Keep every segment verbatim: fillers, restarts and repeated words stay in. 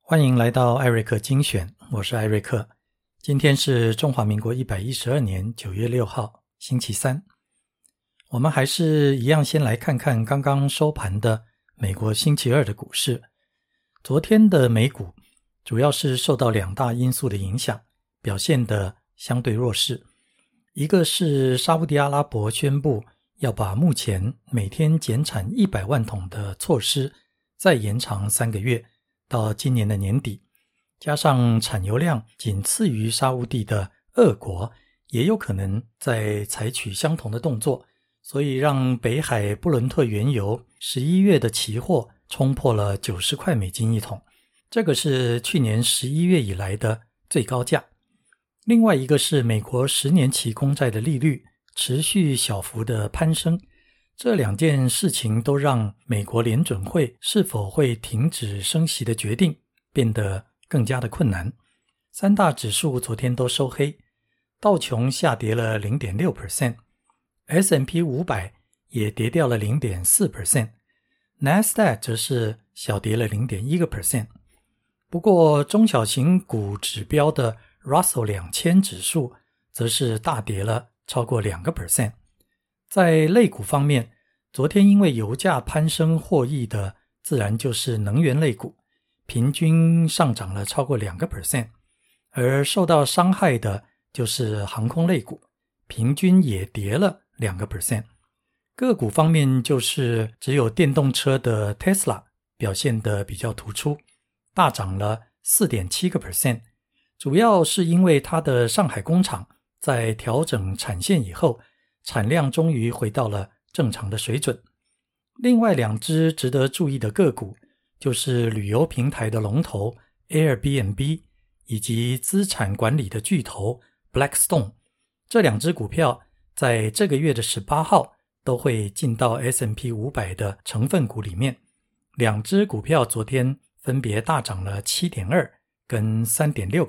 欢迎来到艾瑞克精选，我是艾瑞克。今天是中华民国一百一十二年九月六号，星期三。我们还是一样先来看看刚刚收盘的美国星期二的股市。昨天的美股主要是受到两大因素的影响，表现得相对弱势。一个是沙烏地阿拉伯宣布要把目前每天减产一百万桶的措施再延长三个月，到今年的年底，加上产油量仅次于沙烏地的俄国也有可能再采取相同的动作，所以让北海布伦特原油十一月的期货冲破了九十块美金一桶，这个是去年十一月以来的最高价。另外一个是美国十年期公债的利率持续小幅的攀升，这两件事情都让美国联准会是否会停止升息的决定变得更加的困难。三大指数昨天都收黑，道琼下跌了 百分之零点六， S and P 五百 也跌掉了 百分之零点四， 纳斯达克 则是小跌了 百分之零点一。 不过中小型股指标的 Russell 两千指数则是大跌了超过 百分之二。在类股方面，昨天因为油价攀升获益的自然就是能源类股，平均上涨了超过 百分之二， 而受到伤害的就是航空类股，平均也跌了 百分之二。个股方面就是只有电动车的 Tesla 表现得比较突出，大涨了 百分之四点七， 主要是因为它的上海工厂在调整产线以后，产量终于回到了正常的水准。另外两只值得注意的个股就是旅游平台的龙头 Airbnb 以及资产管理的巨头 Blackstone， 这两只股票在这个月的十八号都会进到 S and P 五百 的成分股里面。两只股票昨天分别大涨了 七点二 跟 三点六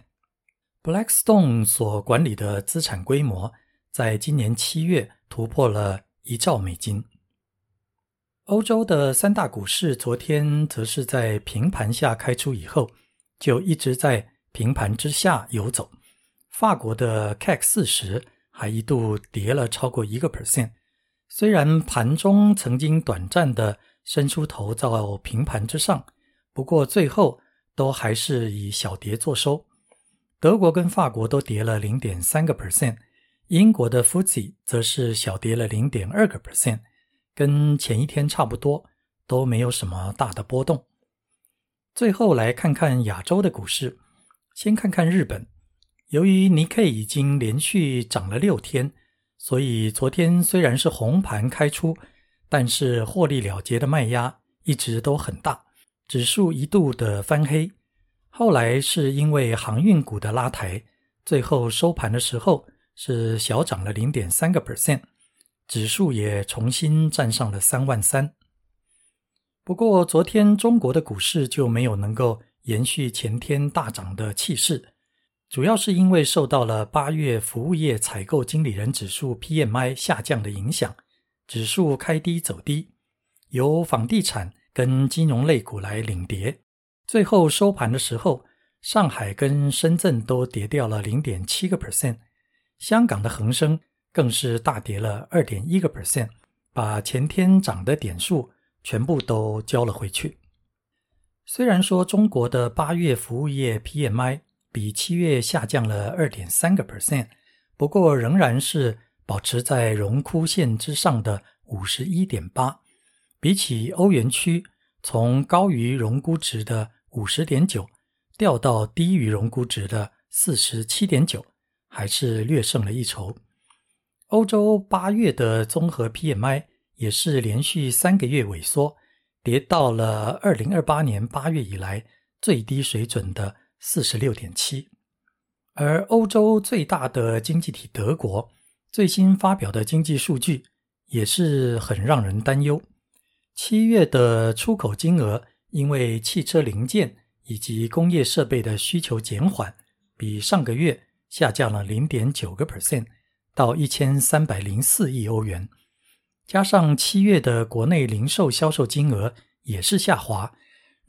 Blackstone 所管理的资产规模在今年七月突破了一兆美金。欧洲的三大股市昨天则是在平盘下开出以后，就一直在平盘之下游走。法国的 C A C 四十 还一度跌了超过 百分之一， 虽然盘中曾经短暂的伸出头到平盘之上，不过最后都还是以小跌作收。德国跟法国都跌了 百分之零点三，英国的 F T S E 则是小跌了 百分之零点二， 跟前一天差不多，都没有什么大的波动。最后来看看亚洲的股市，先看看日本。由于 Nikkei 已经连续涨了六天，所以昨天虽然是红盘开出，但是获利了结的卖压一直都很大，指数一度的翻黑。后来是因为航运股的拉抬，最后收盘的时候是小涨了 百分之零点三， 指数也重新站上了三万三。不过昨天中国的股市就没有能够延续前天大涨的气势，主要是因为受到了八月服务业采购经理人指数 P M I 下降的影响，指数开低走低，由房地产跟金融类股来领跌。最后收盘的时候，上海跟深圳都跌掉了 百分之零点七， 香港的恒生更是大跌了 二点一， 把前天涨的点数全部都交了回去。虽然说中国的八月服务业 P M I 比七月下降了 二点三， 不过仍然是保持在荣枯线之上的 五十一点八， 比起欧元区从高于荣估值的 五十点九 掉到低于荣估值的 四十七点九， 还是略胜了一筹。欧洲八月的综合 P M I 也是连续三个月萎缩，跌到了二零二八年八月以来最低水准的 四十六点七。 而欧洲最大的经济体德国最新发表的经济数据也是很让人担忧。七月的出口金额因为汽车零件以及工业设备的需求减缓，比上个月下降了 零点九 到一千三百零四亿欧元，加上七月的国内零售销售金额也是下滑，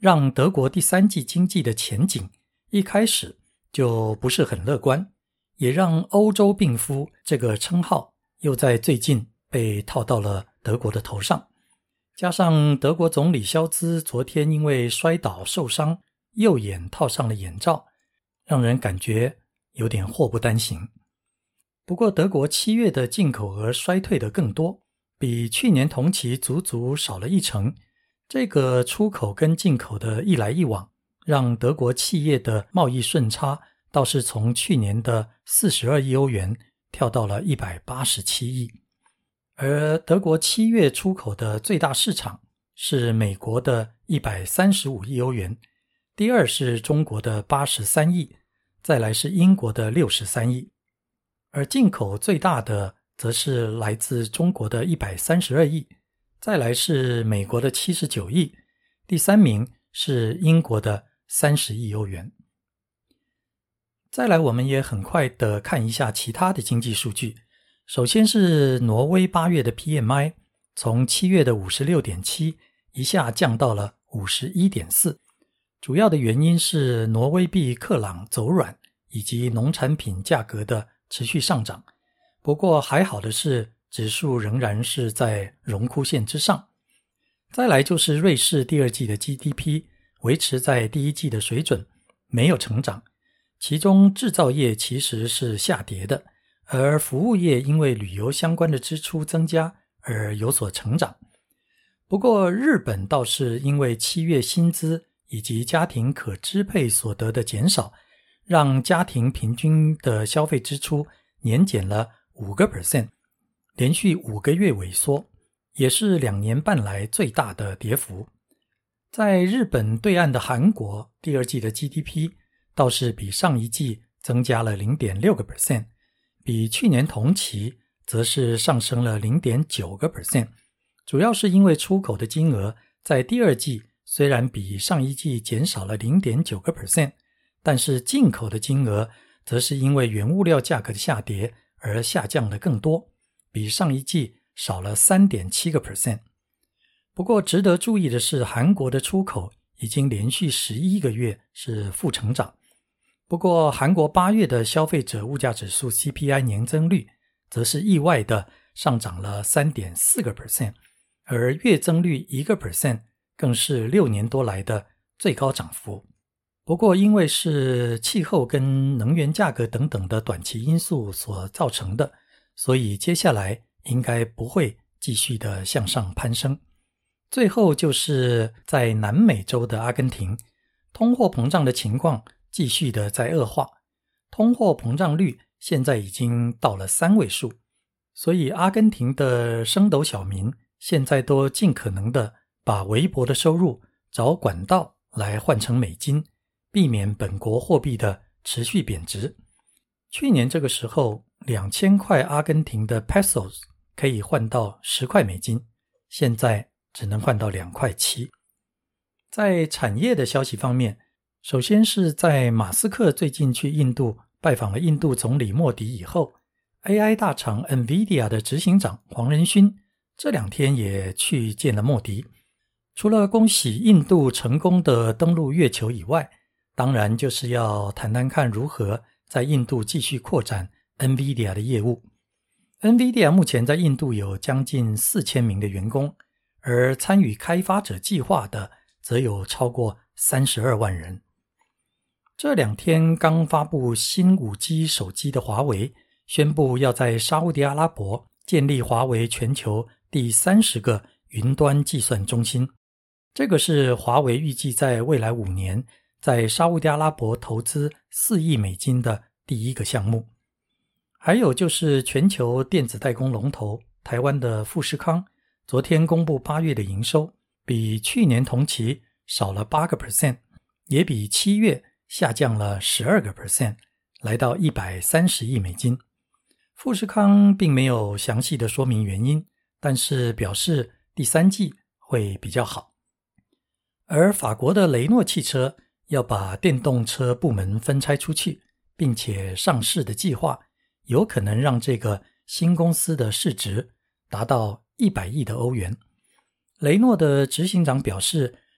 让德国第三季经济的前景一开始就不是很乐观，也让欧洲病夫这个称号又在最近被套到了德国的头上。加上德国总理肖兹昨天因为摔倒受伤，右眼套上了眼罩，让人感觉有点祸不单行。不过德国七月的进口额衰退的更多，比去年同期足足少了一成。这个出口跟进口的一来一往，让德国企业的贸易顺差倒是从去年的四十二亿欧元跳到了一百八十七亿。而德国七月出口的最大市场是美国的一百三十五亿欧元，第二是中国的八十三亿，再来是英国的六十三亿。而进口最大的则是来自中国的一百三十二亿，再来是美国的七十九亿，第三名是英国的三十亿欧元。再来我们也很快的看一下其他的经济数据。首先是挪威八月的 P M I 从七月的 五十六点七 一下降到了 五十一点四， 主要的原因是挪威币克朗走软以及农产品价格的持续上涨。不过还好的是指数仍然是在荣枯线之上。再来就是瑞士第二季的 G D P 维持在第一季的水准，没有成长，其中制造业其实是下跌的，而服务业因为旅游相关的支出增加而有所成长。不过日本倒是因为七月薪资以及家庭可支配所得的减少，让家庭平均的消费支出年减了 百分之五， 连续五个月萎缩，也是两年半来最大的跌幅。在日本对岸的韩国第二季的 G D P 倒是比上一季增加了 百分之零点六， 比去年同期则是上升了 百分之零点九， 主要是因为出口的金额在第二季虽然比上一季减少了 百分之零点九， 但是进口的金额则是因为原物料价格的下跌而下降的更多，比上一季少了 百分之三点七。 不过值得注意的是，韩国的出口已经连续十一个月是负成长。不过韩国八月的消费者物价指数 C P I 年增率则是意外的上涨了 百分之三点四， 而月增率 百分之一 更是六年多来的最高涨幅。不过因为是气候跟能源价格等等的短期因素所造成的，所以接下来应该不会继续的向上攀升。最后就是在南美洲的阿根廷，通货膨胀的情况继续的在恶化，通货膨胀率现在已经到了三位数，所以阿根廷的升斗小民现在都尽可能的把微薄的收入找管道来换成美金，避免本国货币的持续贬值。去年这个时候两千块阿根廷的 pesos 可以换到十块美金，现在只能换到两块七。在产业的消息方面，首先是在马斯克最近去印度拜访了印度总理莫迪以后， A I 大厂 NVIDIA 的执行长黄仁勋这两天也去见了莫迪。除了恭喜印度成功的登陆月球以外，当然就是要谈谈看如何在印度继续扩展 NVIDIA 的业务。 NVIDIA 目前在印度有将近四千名的员工，而参与开发者计划的则有超过三十二万人。这两天刚发布新 五 G 手机的华为宣布要在沙烏地阿拉伯建立华为全球第三十个云端计算中心，这个是华为预计在未来五年在沙烏地阿拉伯投资四亿美金的第一个项目。还有就是全球电子代工龙头台湾的富士康昨天公布八月的营收比去年同期少了 百分之八， 也比七月下降了 百分之十二， 来到一百三十亿美金。富士康并没有详细的说明原因，但是表示第三季会比较好。而法国的雷诺汽车要把电动车部门分拆出去，并且上市的计划有可能让这个新公司的市值达到一百亿的欧元。雷诺的执行长表示，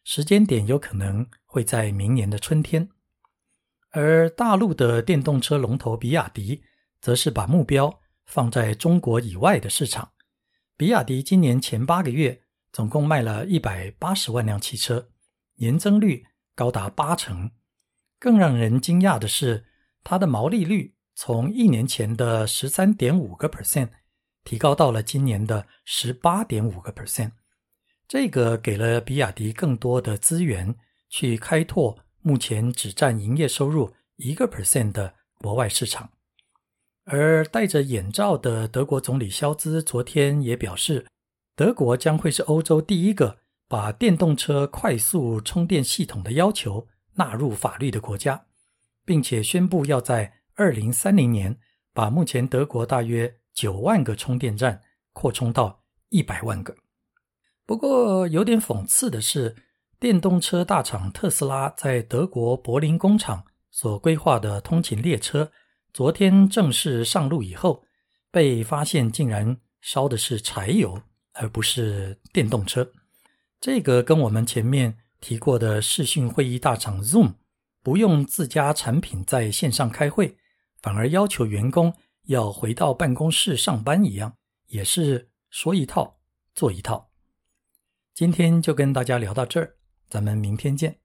时间点有可能会在明年的春天。而大陆的电动车龙头比亚迪则是把目标放在中国以外的市场。比亚迪今年前八个月总共卖了一百八十万辆汽车，年增率高达八成。更让人惊讶的是，它的毛利率从一年前的 百分之十三点五 提高到了今年的 百分之十八点五。 这个给了比亚迪更多的资源去开拓目前只占营业收入 百分之一 的国外市场。而戴着眼罩的德国总理肖兹昨天也表示，德国将会是欧洲第一个把电动车快速充电系统的要求纳入法律的国家，并且宣布要在二零三零年把目前德国大约九万个充电站扩充到一百万个。不过有点讽刺的是，电动车大厂特斯拉在德国柏林工厂所规划的通勤列车昨天正式上路以后，被发现竟然烧的是柴油而不是电动车。这个跟我们前面提过的视讯会议大厂 Zoom 不用自家产品在线上开会，反而要求员工要回到办公室上班一样，也是说一套做一套。今天就跟大家聊到这儿，咱们明天见。